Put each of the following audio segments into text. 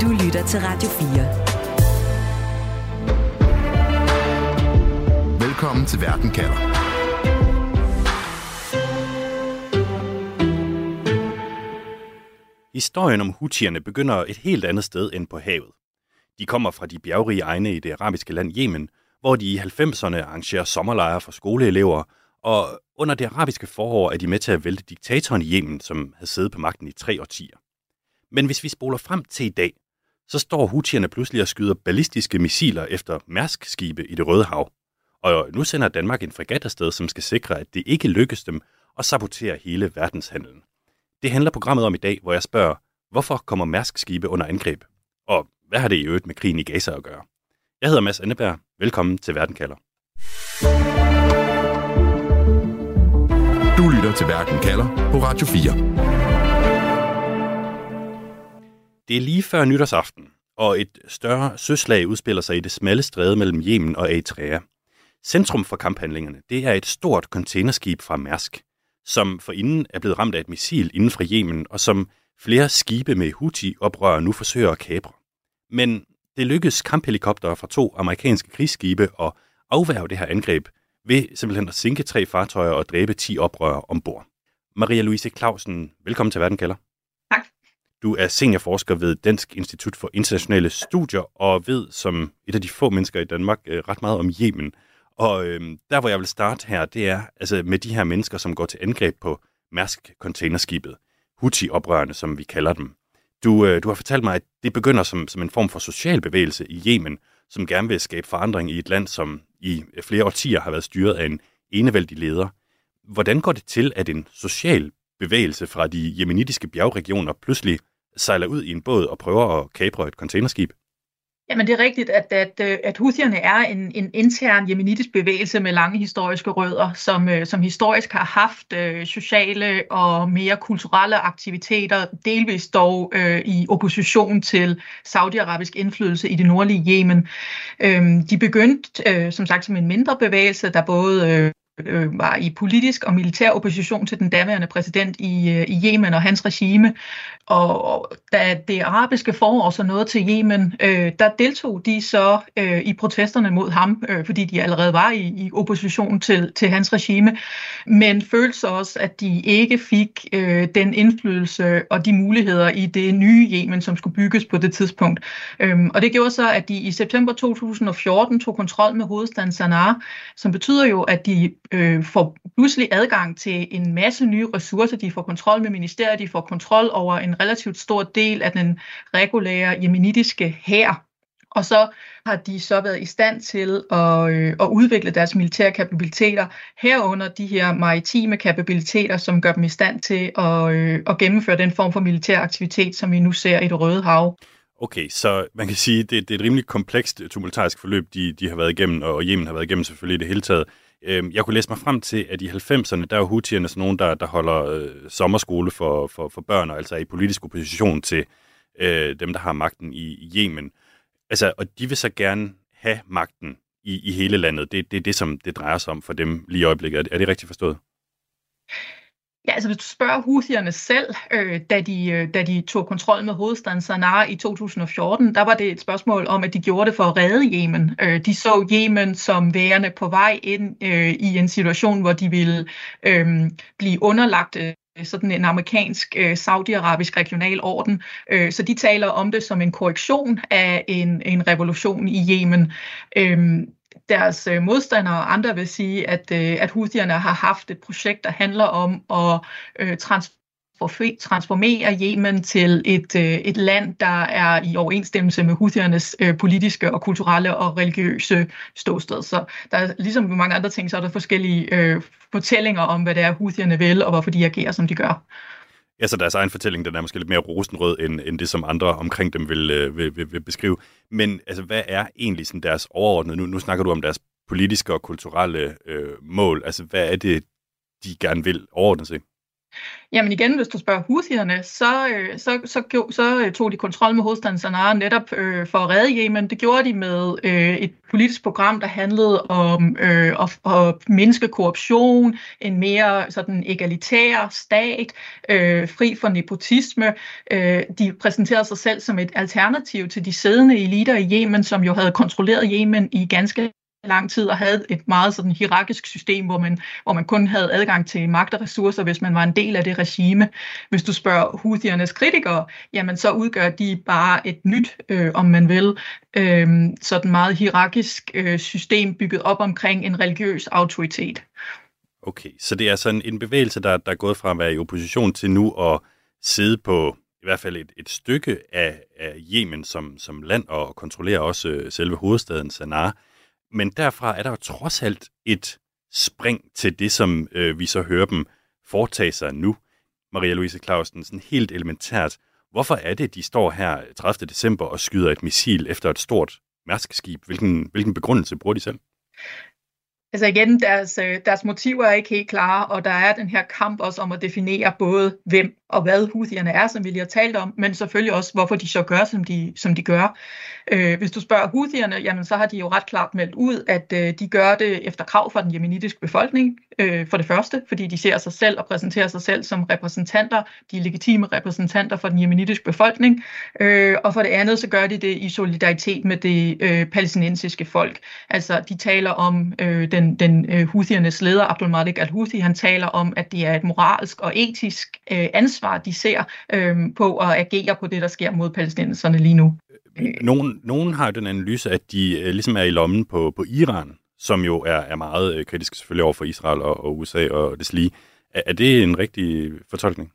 Du lytter til Radio 4. Velkommen til Verden kalder. Historien om Houthierne begynder et helt andet sted end på havet. De kommer fra de bjergrige egne i det arabiske land Yemen, hvor de i 90'erne arrangerer sommerlejre for skoleelever, og under det arabiske forår er de med til at vælte diktatoren i Yemen, som havde siddet på magten i 3 årtier. Men hvis vi spoler frem til i dag, så står Houthierne pludselig og skyder ballistiske missiler efter Mærsk-skibe i det Røde Hav. Og nu sender Danmark en fregat afsted, som skal sikre, at det ikke lykkes dem at sabotere hele verdenshandlen. Det handler programmet om i dag, hvor jeg spørger, hvorfor kommer Mærsk-skibe under angreb? Og hvad har det i øvrigt med krigen i Gaza at gøre? Jeg hedder Mads Anneberg. Velkommen til Verden kalder. Du lytter til Verden kalder på Radio 4. Det er lige før nytårsaften, og et større søslag udspiller sig i det smalle stræde mellem Yemen og Eritrea. Centrum for kamphandlingerne, det er et stort containerskib fra Mærsk, som forinden er blevet ramt af et missil inden fra Yemen, og som flere skibe med Houthi-oprør nu forsøger at kapre. Men det lykkedes kamphelikoptere fra 2 amerikanske krigsskibe at afværge det her angreb ved simpelthen at sinke 3 fartøjer og dræbe 10 oprørere ombord. Maria Louise Clausen, velkommen til Verden kalder. Tak. Du er seniorforsker ved Dansk Institut for Internationale Studier og ved som et af de få mennesker i Danmark ret meget om Yemen. Og der, hvor jeg vil starte her, det er altså med de her mennesker, som går til angreb på Mærsk-containerskibet. Houthi-oprørerne, som vi kalder dem. Du har fortalt mig, at det begynder som en form for social bevægelse i Yemen, som gerne vil skabe forandring i et land, som i flere årtier har været styret af en enevældig leder. Hvordan går det til, at en social bevægelse fra de yemenitiske bjergregioner pludselig sejler ud i en båd og prøver at kapre et containerskib? Jamen det er rigtigt, at Houthierne er en intern yemenitisk bevægelse med lange historiske rødder, som historisk har haft sociale og mere kulturelle aktiviteter, delvis dog i opposition til saudiarabisk indflydelse i det nordlige Yemen. De begyndte som sagt som en mindre bevægelse, der både var i politisk og militær opposition til den daværende præsident i Yemen og hans regime. Og da det arabiske forår så nåede til Yemen, der deltog de så i protesterne mod ham, fordi de allerede var i opposition til hans regime, men følte så også, at de ikke fik den indflydelse og de muligheder i det nye Yemen, som skulle bygges på det tidspunkt. Og det gjorde så, at de i september 2014 tog kontrol med hovedstaden Sanaa, som betyder jo, at de får pludselig adgang til en masse nye ressourcer. De får kontrol med ministeriet, de får kontrol over en relativt stor del af den regulære yemenitiske hær. Og så har de så været i stand til at udvikle deres militære kapabiliteter, herunder de her maritime kapabiliteter, som gør dem i stand til at gennemføre den form for militær aktivitet, som vi nu ser i det Røde Hav. Okay, så man kan sige, at det er et rimelig komplekst tumultarisk forløb, de har været igennem, og Yemen har været igennem selvfølgelig i det hele taget. Jeg kunne læse mig frem til, at i 90'erne, der er Houthierne sådan nogen, der holder sommerskole for børn, og altså er i politisk opposition til dem, der har magten i Yemen. Altså, og de vil så gerne have magten i hele landet. Det er det, som det drejer sig om for dem lige i øjeblikket. Er det rigtigt forstået? Ja, altså hvis du spørger Houthierne selv, da de tog kontrol med hovedstaden Sanaa i 2014, der var det et spørgsmål om, at de gjorde det for at redde Yemen. De så Yemen som værende på vej ind i en situation, hvor de ville blive underlagt sådan en amerikansk saudiarabisk regional orden. Så de taler om det som en korrektion af en revolution i Yemen. Deres modstandere og andre vil sige, at Houthierne har haft et projekt, der handler om at transformere Yemen til et land, der er i overensstemmelse med Houthiernes politiske og kulturelle og religiøse ståsted. Så der er ligesom med mange andre ting, så er der forskellige fortællinger om, hvad det er, Houthierne vil, og hvorfor de agerer, som de gør. Ja, så deres egen fortælling, den er måske lidt mere rosenrød, end det, som andre omkring dem vil beskrive. Men altså, hvad er egentlig sådan deres overordnede? Nu snakker du om deres politiske og kulturelle mål. Altså, hvad er det, de gerne vil overordne sig? Jamen igen, hvis du spørger Houthierne, så tog de kontrol med hovedstaden Sanaa netop for at redde Yemen. Det gjorde de med et politisk program, der handlede om at mindske korruption, en mere sådan egalitær stat, fri for nepotisme. De præsenterede sig selv som et alternativ til de siddende eliter i Yemen, som jo havde kontrolleret Yemen i ganske lang tid og havde et meget sådan hierarkisk system, hvor man kun havde adgang til magt og ressourcer, hvis man var en del af det regime. Hvis du spørger Houthiernes kritikere, jamen så udgør de bare et nyt, om man vil, sådan meget hierarkisk system bygget op omkring en religiøs autoritet. Okay, så det er sådan en bevægelse, der er gået fra at være i opposition til nu at sidde på i hvert fald et stykke af Yemen som land og kontrollere også selve hovedstaden Sanaa. Men derfra er der jo trods alt et spring til det, som vi så hører dem foretage sig nu. Maria Louise Clausen, sådan helt elementært. Hvorfor er det, de står her 30. december og skyder et missil efter et stort Mærsk-skib? Hvilken begrundelse bruger de selv? Altså igen, deres motiver er ikke helt klare, og der er den her kamp også om at definere både hvem og hvad Houthierne er, som vi lige har talt om, men selvfølgelig også, hvorfor de så gør, som de gør. Hvis du spørger Houthierne, jamen så har de jo ret klart meldt ud, at de gør det efter krav fra den yemenitiske befolkning, for det første, fordi de ser sig selv og præsenterer sig selv som repræsentanter, de legitime repræsentanter for den yemenitiske befolkning, og for det andet, så gør de det i solidaritet med det palæstinensiske folk. Altså, de taler om den Houthiernes leder, Abdul Malik al-Houthi, han taler om, at det er et moralsk og etisk ansvar, de ser på at agere på det, der sker mod palæstinenserne lige nu. Nogen har jo den analyse, at de ligesom er i lommen på Iran, som jo er meget kritisk selvfølgelig over for Israel og USA og deslige. Er det en rigtig fortolkning?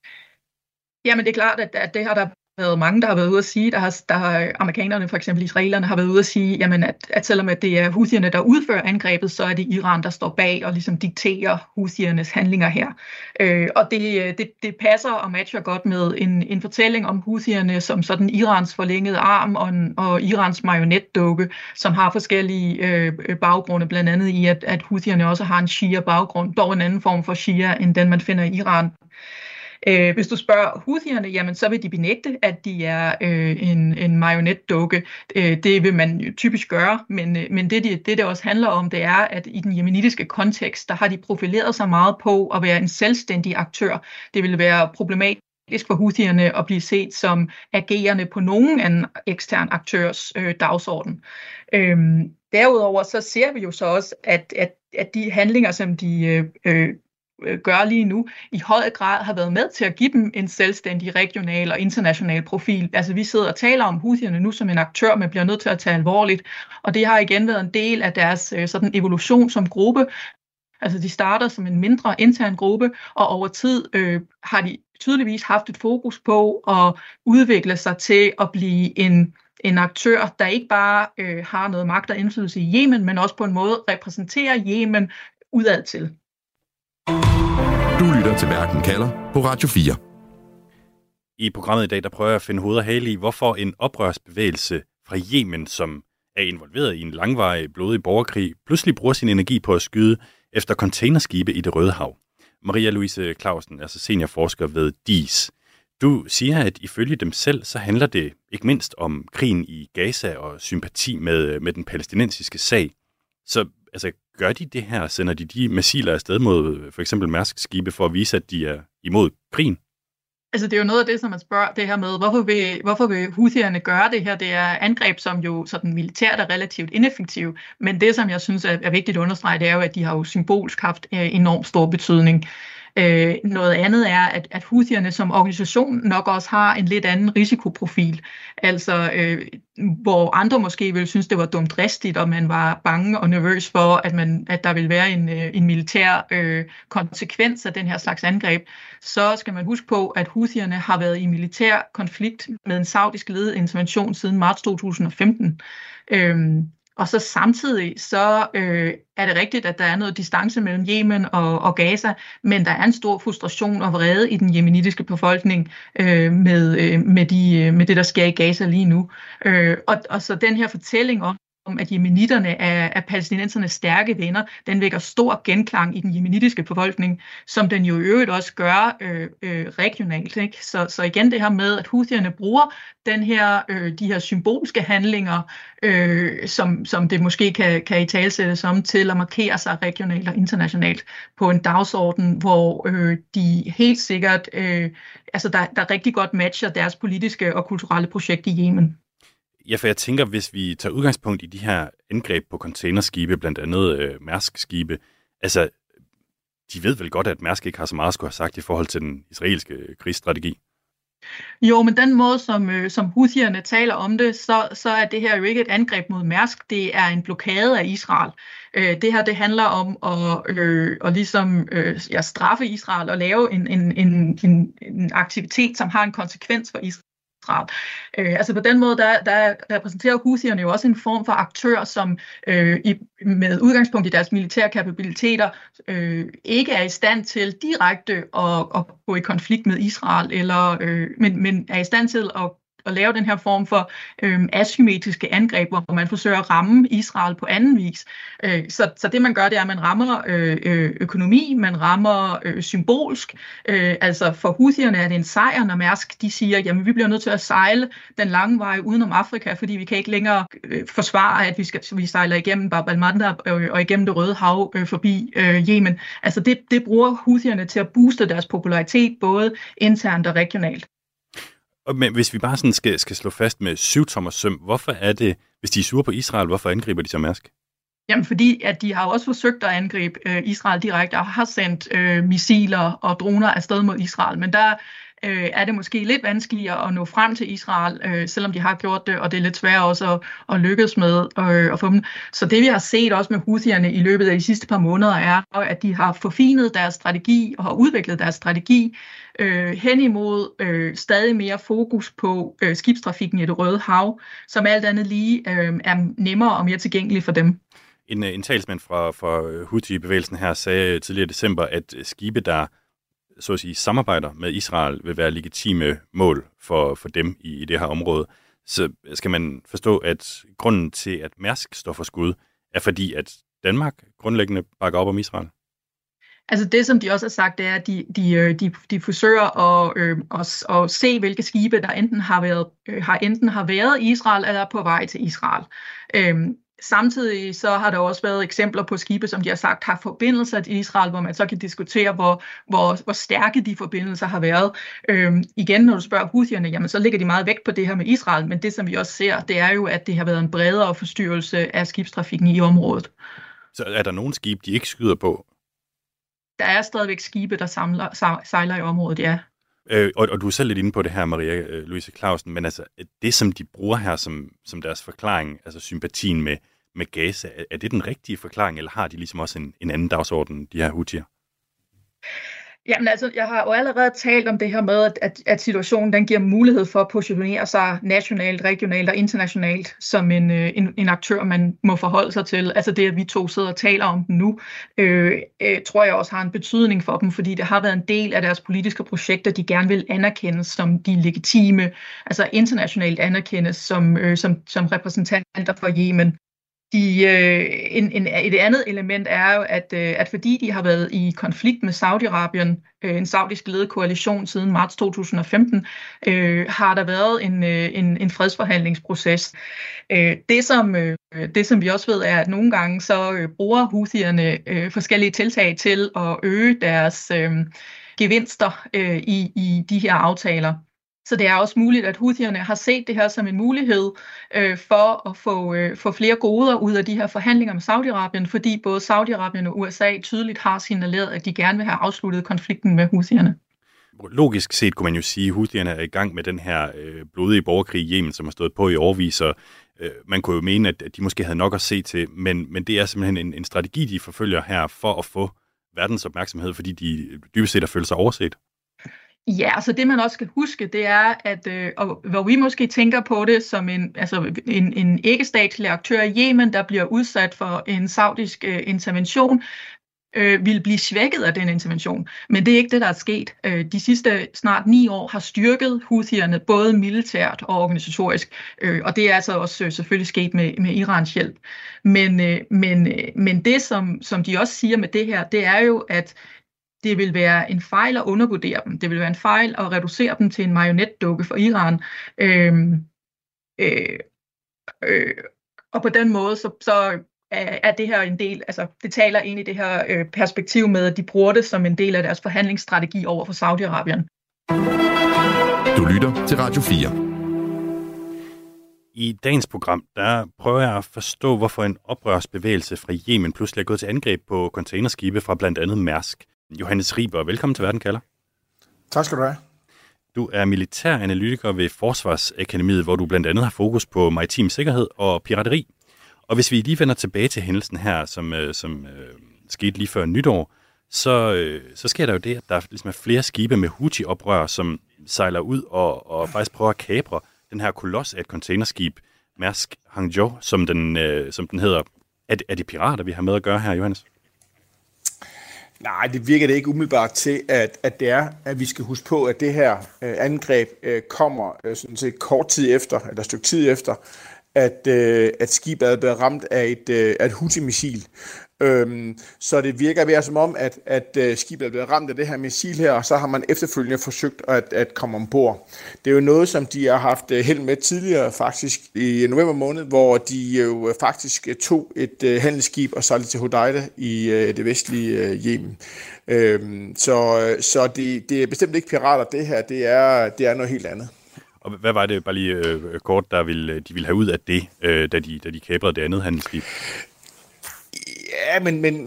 Jamen det er klart, at det har der været mange, der har været ude at sige. Der har amerikanerne, for eksempel israelerne, har været ude at sige, jamen at selvom at det er Houthierne, der udfører angrebet, så er det Iran, der står bag og ligesom dikterer Houthiernes handlinger her. Og det passer og matcher godt med en fortælling om Houthierne som sådan Irans forlængede arm og Irans marionetdukke, som har forskellige baggrunde, blandt andet i, at Houthierne også har en shia-baggrund, dog en anden form for shia, end den man finder i Iran. Hvis du spørger Houthierne, jamen så vil de benægte, at de er en marionetdukke. Det vil man jo typisk gøre, men det også handler om, det er, at i den yemenitiske kontekst, der har de profileret sig meget på at være en selvstændig aktør. Det vil være problematisk for Houthierne at blive set som agerende på nogen anden ekstern aktørs dagsorden. Derudover så ser vi jo så også, at de handlinger, som de gør lige nu, i høj grad har været med til at give dem en selvstændig regional og international profil. Altså vi sidder og taler om Houthierne nu som en aktør, man bliver nødt til at tage alvorligt, og det har igen været en del af deres sådan evolution som gruppe. Altså de starter som en mindre intern gruppe, og over tid har de tydeligvis haft et fokus på at udvikle sig til at blive en aktør, der ikke bare har noget magt og indflydelse i Yemen, men også på en måde repræsenterer Yemen udad til. Du lytter til Verden kalder på Radio 4. I programmet i dag, der prøver jeg at finde hoved og hale i, hvorfor en oprørsbevægelse fra Yemen, som er involveret i en langvarig, blodig borgerkrig, pludselig bruger sin energi på at skyde efter containerskibe i Det Røde Hav. Maria Louise Clausen, altså seniorforsker ved DIS. Du siger, at ifølge dem selv, så handler det ikke mindst om krigen i Gaza og sympati med den palæstinensiske sag. Så altså, gør de det her? Sender de missiler afsted mod for eksempel Mærsk-skibe for at vise, at de er imod krigen? Altså det er jo noget af det, som man spørger det her med, hvorfor vil Houthierne gøre det her? Det er angreb, som jo sådan militært er relativt ineffektive, men det, som jeg synes er vigtigt at understrege, det er jo, at de har jo symbolsk haft enormt stor betydning. Noget andet er, at Houthierne som organisation nok også har en lidt anden risikoprofil. Altså, hvor andre måske ville synes, det var dumdristigt, og man var bange og nervøs for, at der ville være en militær konsekvens af den her slags angreb, så skal man huske på, at Houthierne har været i militær konflikt med en saudisk ledet intervention siden marts 2015. Og så samtidig så er det rigtigt, at der er noget distance mellem Yemen og Gaza, men der er en stor frustration og vrede i den yemenitiske befolkning med det, der sker i Gaza lige nu. Og så den her fortælling om, at yemenitterne er palæstinensernes stærke venner, den vækker stor genklang i den yemenitiske befolkning, som den jo i øvrigt også gør regionalt. Ikke? Så igen det her med, at houthierne bruger de her symbolske handlinger, som det måske kan italesættes om, til at markere sig regionalt og internationalt på en dagsorden, hvor de helt sikkert der rigtig godt matcher deres politiske og kulturelle projekt i Yemen. Ja, for jeg tænker, hvis vi tager udgangspunkt i de her angreb på containerskibe, blandt andet Mærsk-skibe, altså, de ved vel godt, at Mærsk ikke har så meget at skulle have sagt i forhold til den israelske krigsstrategi? Jo, men den måde, som houthierne taler om det, så er det her jo ikke et angreb mod Mærsk, det er en blokade af Israel. Det her, det handler om at ligesom straffe Israel og lave en aktivitet, som har en konsekvens for Israel. Altså på den måde, der repræsenterer houthierne jo også en form for aktør, som med udgangspunkt i deres militære kapabiliteter ikke er i stand til direkte at gå i konflikt med Israel, men er i stand til at lave den her form for asymmetriske angreb, hvor man forsøger at ramme Israel på anden vis. Så det man gør, det er, at man rammer økonomi, man rammer symbolsk. Altså for houthierne er det en sejr, når Mærsk de siger, jamen vi bliver nødt til at sejle den lange vej udenom Afrika, fordi vi kan ikke længere forsvare, at vi sejler igennem Bab al-Mandab og igennem det Røde Hav forbi Yemen. Altså det bruger houthierne til at booste deres popularitet, både internt og regionalt. Men hvis vi bare sådan skal slå fast med 7-tommers søm, hvorfor er det, hvis de er sure på Israel, hvorfor angriber de så Mærsk? Jamen fordi, at de har også forsøgt at angribe Israel direkte og har sendt missiler og droner afsted mod Israel, men der er det måske lidt vanskeligere at nå frem til Israel, selvom de har gjort det, og det er lidt sværere også at lykkes med at få dem. Så det vi har set også med houthierne i løbet af de sidste par måneder er, at de har forfinet deres strategi og har udviklet deres strategi hen imod stadig mere fokus på skibstrafikken i det Røde Hav, som alt andet lige er nemmere og mere tilgængelig for dem. En talsmand fra Houthi-bevægelsen her sagde tidligere i december, at skibe, der så at sige samarbejder med Israel, vil være legitime mål for dem i det her område. Så skal man forstå, at grunden til, at Mærsk står for skud, er fordi, at Danmark grundlæggende bakker op om Israel? Altså det, som de også har sagt, det er, at de forsøger at se, hvilke skibe, der enten har været i Israel, eller er på vej til Israel. Samtidig så har der også været eksempler på skibe, som de har sagt har forbindelser til Israel, hvor man så kan diskutere, hvor stærke de forbindelser har været. Igen, når du spørger houthierne, jamen så ligger de meget vægt på det her med Israel, men det, som vi også ser, det er jo, at det har været en bredere forstyrrelse af skibstrafikken i området. Så er der nogle skibe, de ikke skyder på? Der er stadigvæk skibe, der sejler i området, ja. Og du er selv lidt inde på det her, Maria Louise Clausen, men altså det, som de bruger her som deres forklaring, altså sympatien med Gaza, er det den rigtige forklaring, eller har de ligesom også en anden dagsorden, de her houthier? Jamen altså, jeg har jo allerede talt om det her med, at situationen den giver mulighed for at positionere sig nationalt, regionalt og internationalt som en aktør, man må forholde sig til. Altså det, at vi to sidder og taler om den nu, tror jeg også har en betydning for dem, fordi det har været en del af deres politiske projekter, de gerne vil anerkendes som de legitime, altså internationalt anerkendes som repræsentanter for Yemen. Et andet element er jo, at fordi de har været i konflikt med Saudi-Arabien, en saudisk ledet koalition siden marts 2015, har der været en fredsforhandlingsproces. Det som vi også ved er, at nogle gange så bruger houthierne forskellige tiltag til at øge deres gevinster i de her aftaler. Så det er også muligt, at houthierne har set det her som en mulighed for at få flere goder ud af de her forhandlinger med Saudi-Arabien, fordi både Saudi-Arabien og USA tydeligt har signaleret, at de gerne vil have afsluttet konflikten med houthierne. Logisk set kunne man jo sige, at houthierne er i gang med den her blodige borgerkrig i Yemen, som har stået på i årevis, og man kunne jo mene, at de måske havde nok at se til, men det er simpelthen en strategi, de forfølger her for at få verdens opmærksomhed, fordi de dybest set har følt sig overset. Ja, altså det man også skal huske, det er, at hvor vi måske tænker på det som en ikke-statslig aktør i Yemen, der bliver udsat for en saudisk intervention, ville blive svækket af den intervention. Men det er ikke det, der er sket. De sidste snart 9 år har styrket Houthierne både militært og organisatorisk, og det er altså også selvfølgelig sket med Irans hjælp. Men det, som de også siger med det her, det er jo, at det vil være en fejl at undervurdere dem. Det vil være en fejl at reducere dem til en marionetdukke for Iran. Og på den måde, så er det her en del, altså det taler ind i det her perspektiv med, at de bruger det som en del af deres forhandlingsstrategi over for Saudi-Arabien. Du lytter til Radio 4. I dagens program, der prøver jeg at forstå, hvorfor en oprørsbevægelse fra Yemen pludselig er gået til angreb på containerskibe fra blandt andet Mærsk. Johannes Riber, velkommen til Verden kalder. Tak skal du have. Du er militær analytiker ved Forsvarsakademiet, hvor du blandt andet har fokus på maritim sikkerhed og pirateri. Og hvis vi lige vender tilbage til hændelsen her, som skete lige før nytår, så sker der jo det, at der ligesom er flere skibe med Houthi-oprør, som sejler ud og faktisk prøver at kapre den her kolos af et containerskib, Mærsk Hangzhou, som den hedder. Er det pirater, vi har med at gøre her, Johannes? Nej, det virker det ikke umiddelbart til, at det er, at vi skal huske på, at det her angreb kommer sådan set kort tid efter, eller et stykke tid efter, at skibet er blevet ramt af et Houthi-missil. Så det virker ved som om, at skibet er blevet ramt af det her missil her, og så har man efterfølgende forsøgt at komme ombord. Det er jo noget, som de har haft held med tidligere, faktisk i november måned, hvor de jo faktisk tog et handelsskib og sejlede til Hodeida i det vestlige Yemen. Så det er bestemt ikke pirater, det her. Det er noget helt andet. Og hvad var det bare lige kort, de ville have ud af det, da de kabrede det andet handelsskib? Ja,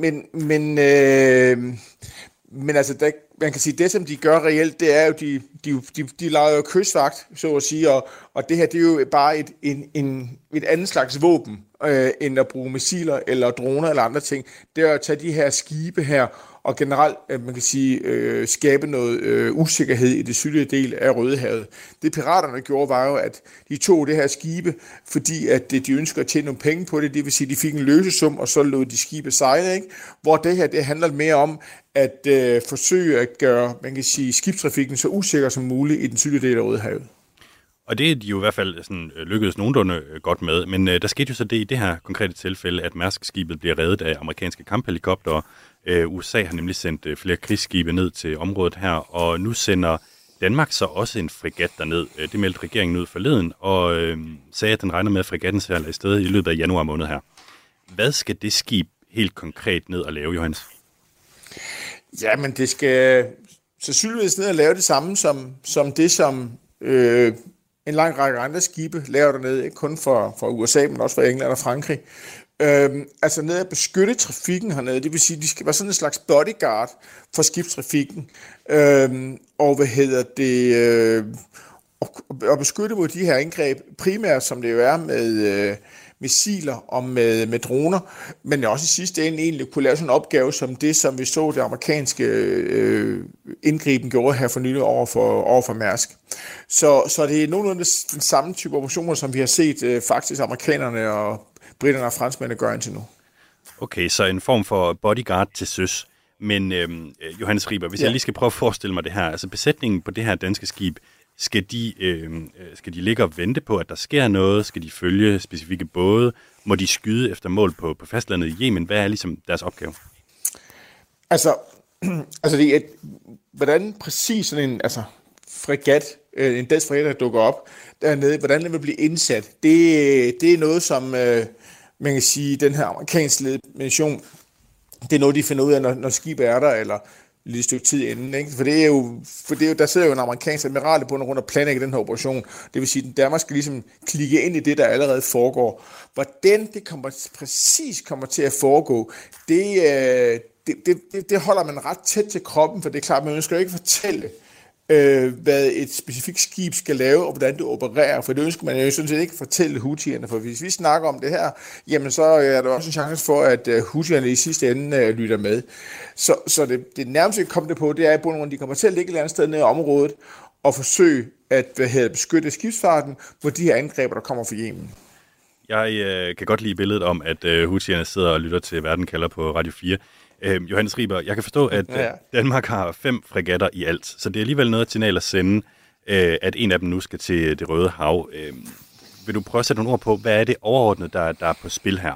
men altså, man kan sige, det som de gør reelt, det er jo, de laver jo kystvagt, så at sige, og det her, det er jo bare et andet slags våben, end at bruge missiler eller droner eller andre ting. Det er at tage de her skibe her, og generelt, man kan sige, skabe noget usikkerhed i det sydlige del af Rødehavet. Det piraterne gjorde, var jo, at de tog det her skibe, fordi at de ønsker at tjene nogle penge på det, det vil sige, at de fik en løsesum, og så lod de skibe sejle, ikke? Hvor det her, det handler mere om at forsøge at gøre, man kan sige, skibstrafikken så usikker som muligt i den sydlige del af Rødehavet. Og det er de jo i hvert fald sådan, lykkedes nogenlunde godt med, men der skete jo så det i det her konkrete tilfælde, at Mærsk-skibet bliver reddet af amerikanske kamphelikoptere. USA har nemlig sendt flere krigsskibe ned til området her, og nu sender Danmark så også en fregat derned. Det meldte regeringen ud forleden, og sagde, at den regner med, at fregatten sejler i stedet i løbet af januar måned her. Hvad skal det skib helt konkret ned og lave, Johannes? Jamen, det skal sandsynligvis ned og lave det samme som det, som en lang række andre skibe laver dernede, ikke kun for USA, men også for England og Frankrig. Altså ned at beskytte trafikken hernede, det vil sige, at de skal være sådan en slags bodyguard for skibstrafikken, og og beskytte mod de her angreb, primært som det jo er med missiler og med droner, men også i sidste ende egentlig kunne lave sådan en opgave som det, som vi så det amerikanske indgriben gjorde her for nylig over for Mærsk. Så det er nogenlunde den samme type operationer, som vi har set faktisk amerikanerne og britterne og franskmændene gør indtil nu. Okay, så en form for bodyguard til søs. Men Johannes Riber, hvis jeg lige skal prøve at forestille mig det her, altså besætningen på det her danske skib, skal de ligge og vente på, at der sker noget? Skal de følge specifikke både? Må de skyde efter mål på fastlandet i Yemen? Hvad er ligesom deres opgave? Altså det er, hvordan præcis sådan en fregat, en dansk fregat, der dukker op dernede, hvordan den vil blive indsat, det er noget, som man kan sige, den her amerikanske mission, det er noget, de finder ud af, når skibet er der, eller et lille stykke tid inden, ikke? For det er jo, der sidder jo en amerikansk admiral på rundt og planlægger den her operation. Det vil sige, at Danmark skal ligesom klikke ind i det, der allerede foregår. Hvordan det præcis kommer til at foregå, det holder man ret tæt til kroppen, for det er klart, man ønsker jo ikke fortælle, hvad et specifikt skib skal lave, og hvordan det opererer, for det ønsker man jo sådan set ikke fortælle Houthierne, for hvis vi snakker om det her, jamen så er der også en chance for, at Houthierne i sidste ende lytter med. Så det nærmeste komme det på, det er, at de kommer til at ligge et eller andet sted nede i området, og forsøge at beskytte skibsfarten mod de her angreber, der kommer fra Yemen. Jeg kan godt lide billedet om, at Houthierne sidder og lytter til Verden kalder på Radio 4. Johannes Riber, jeg kan forstå, at Danmark har 5 fregatter i alt, så det er alligevel noget at signal at sende, at en af dem nu skal til Det Røde Hav. Vil du prøve at sætte nogle ord på, hvad er det overordnet, der er på spil her?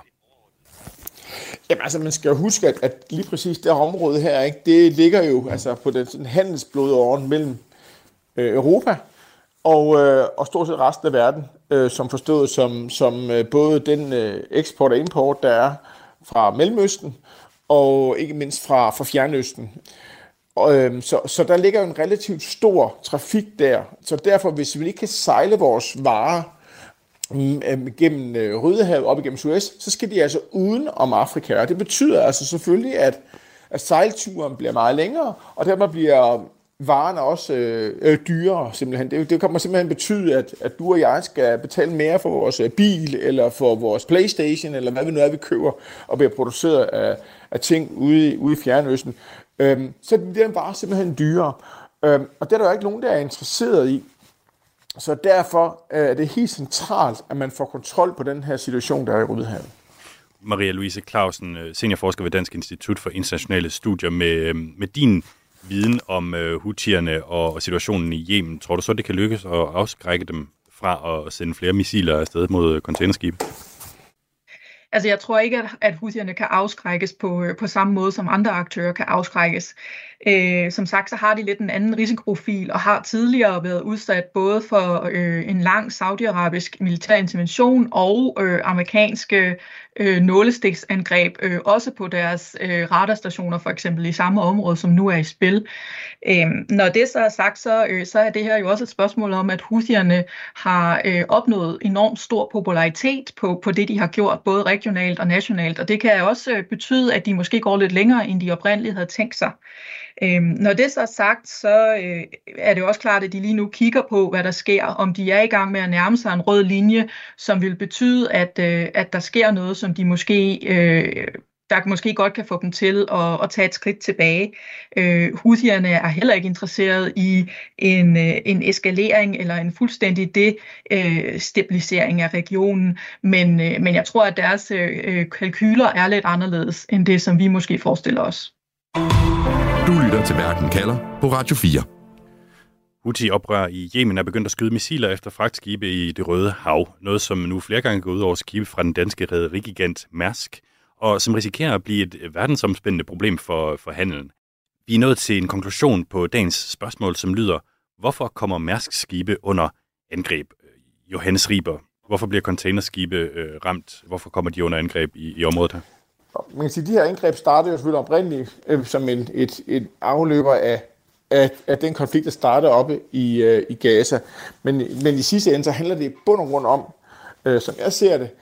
Jamen altså, man skal jo huske, at lige præcis det område her, ikke, det ligger jo altså på den sådan handelsblodåren mellem Europa og stort set resten af verden, som forstået som både den eksport og import, der er fra Mellemøsten, og ikke mindst fra Fjernøsten. Så der ligger jo en relativt stor trafik der. Så derfor, hvis vi ikke kan sejle vores varer gennem Rødehavet op igennem Suez, så skal de altså uden om Afrika. Og det betyder altså selvfølgelig, at sejlturen bliver meget længere, og dermed bliver varerne også dyrere simpelthen. Det kommer simpelthen betyde, at du og jeg skal betale mere for vores bil, eller for vores PlayStation, eller hvad vi nu er, vi køber, og bliver produceret af ting ude i Fjernøsten. Så det bliver bare simpelthen dyrere. Og det er der jo ikke nogen, der er interesseret i. Så derfor er det helt centralt, at man får kontrol på den her situation, der er i Rødehavet. Maria Louise Clausen, seniorforsker ved Dansk Institut for Internationale Studier. Med din viden om Houthierne og situationen i Yemen, tror du så, det kan lykkes at afskrække dem fra at sende flere missiler afsted mod containerskibe? Altså, jeg tror ikke, at Houthierne kan afskrækkes på samme måde, som andre aktører kan afskrækkes. Som sagt, så har de lidt en anden risikoprofil, og har tidligere været udsat både for en lang saudiarabisk militær intervention og amerikanske nålestiksangreb, også på deres radarstationer, for eksempel i samme område, som nu er i spil. Når det så er sagt, så er det her jo også et spørgsmål om, at Houthierne har opnået enormt stor popularitet på det, de har gjort, både regionalt og nationalt, og det kan også betyde, at de måske går lidt længere, end de oprindeligt havde tænkt sig. Når det så er sagt, så er det også klart, at de lige nu kigger på, hvad der sker, om de er i gang med at nærme sig en rød linje, som vil betyde, at der sker noget, som de måske godt kan få dem til at tage et skridt tilbage. Houthierne er heller ikke interesseret i en eskalering eller en fuldstændig destabilisering af regionen, men jeg tror, at deres kalkyler er lidt anderledes end det, som vi måske forestiller os. Du lytter til Verden kalder på Radio 4. Houthi-oprør i Yemen er begyndt at skyde missiler efter fragtskibe i Det Røde Hav. Noget, som nu flere gange går ud over skibe fra den danske rederigigant Mærsk, og som risikerer at blive et verdensomspændende problem for handelen. Vi er nået til en konklusion på dagens spørgsmål, som lyder: hvorfor kommer Mærsks skibe under angreb? Johannes Riber, hvorfor bliver containerskibe ramt? Hvorfor kommer de under angreb i området her? Man kan sige, at de her angreb startede jo selvfølgelig oprindeligt som et afløber af den konflikt, der startede oppe i Gaza. Men i sidste ende, så handler det i bund og grund om, som jeg ser det,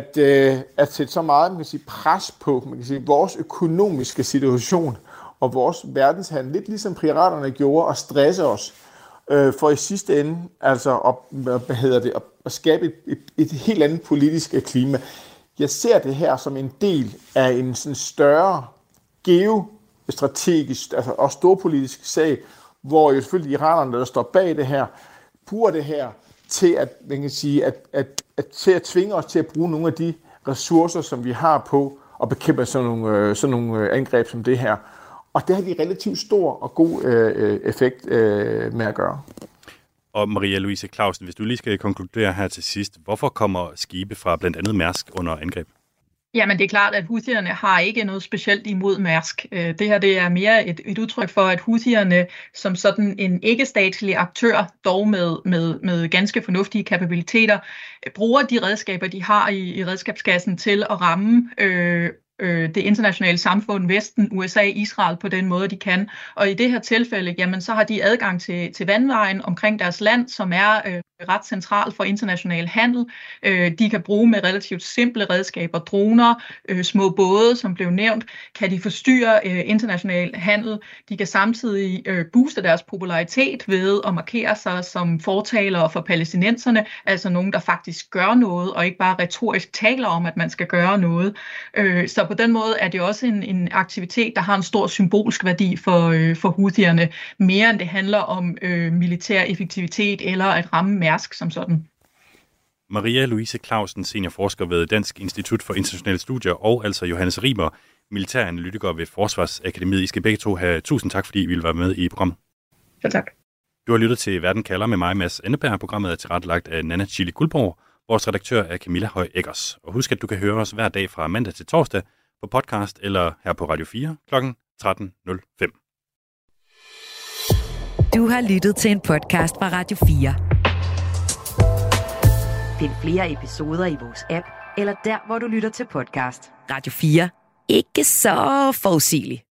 at sætte så meget, man kan sige, pres på, man kan sige, vores økonomiske situation og vores verdenshandel, lidt ligesom piraterne gjorde, og stresse os, for i sidste ende altså at skabe et helt andet politisk klima. Jeg ser det her som en del af en sådan større geostrategisk, altså og storpolitisk sag, hvor jo selvfølgelig iranerne, der står bag det her, bruger det her til at, man kan sige, til at tvinge os til at bruge nogle af de ressourcer, som vi har på at bekæmpe sådan nogle angreb som det her. Og det har de relativt stor og god effekt med at gøre. Og Maria Louise Clausen, hvis du lige skal konkludere her til sidst, hvorfor kommer skibe fra blandt andet Mærsk under angreb? Jamen det er klart, at Houthierne har ikke noget specielt imod Mærsk. Det her det er mere et udtryk for, at Houthierne som sådan en ikke-statslig aktør, dog med ganske fornuftige kapabiliteter, bruger de redskaber, de har i redskabskassen til at ramme det internationale samfund, Vesten, USA, Israel på den måde, de kan. Og i det her tilfælde, jamen, så har de adgang til vandvejen omkring deres land, som er ret central for international handel. De kan bruge med relativt simple redskaber, droner, små både, som blev nævnt, kan de forstyrre international handel. De kan samtidig booste deres popularitet ved at markere sig som fortalere for palæstinenserne, altså nogen, der faktisk gør noget, og ikke bare retorisk taler om, at man skal gøre noget. Så på den måde er det også en aktivitet, der har en stor symbolsk værdi for Houthierne, mere end det handler om militær effektivitet eller at ramme Mærsk som sådan. Maria Louise Clausen, seniorforsker ved Dansk Institut for Internationale Studier, og altså Johannes Riber. militæranalytiker ved Forsvarsakademiet. I skal begge to have tusind tak, fordi I ville være med i programmet. Ja, tak. Du har lyttet til Verden kalder med mig, Mads Enneberg. Programmet er tilrettelagt af Nana Chili Guldborg. Vores redaktør er Camilla Høj Eggers. Og husk, at du kan høre os hver dag fra mandag til torsdag på podcast eller her på Radio 4 kl. 13.05. Du har lyttet til en podcast fra Radio 4. Find flere episoder i vores app, eller der, hvor du lytter til podcast. Radio 4. Ikke så forudsigeligt.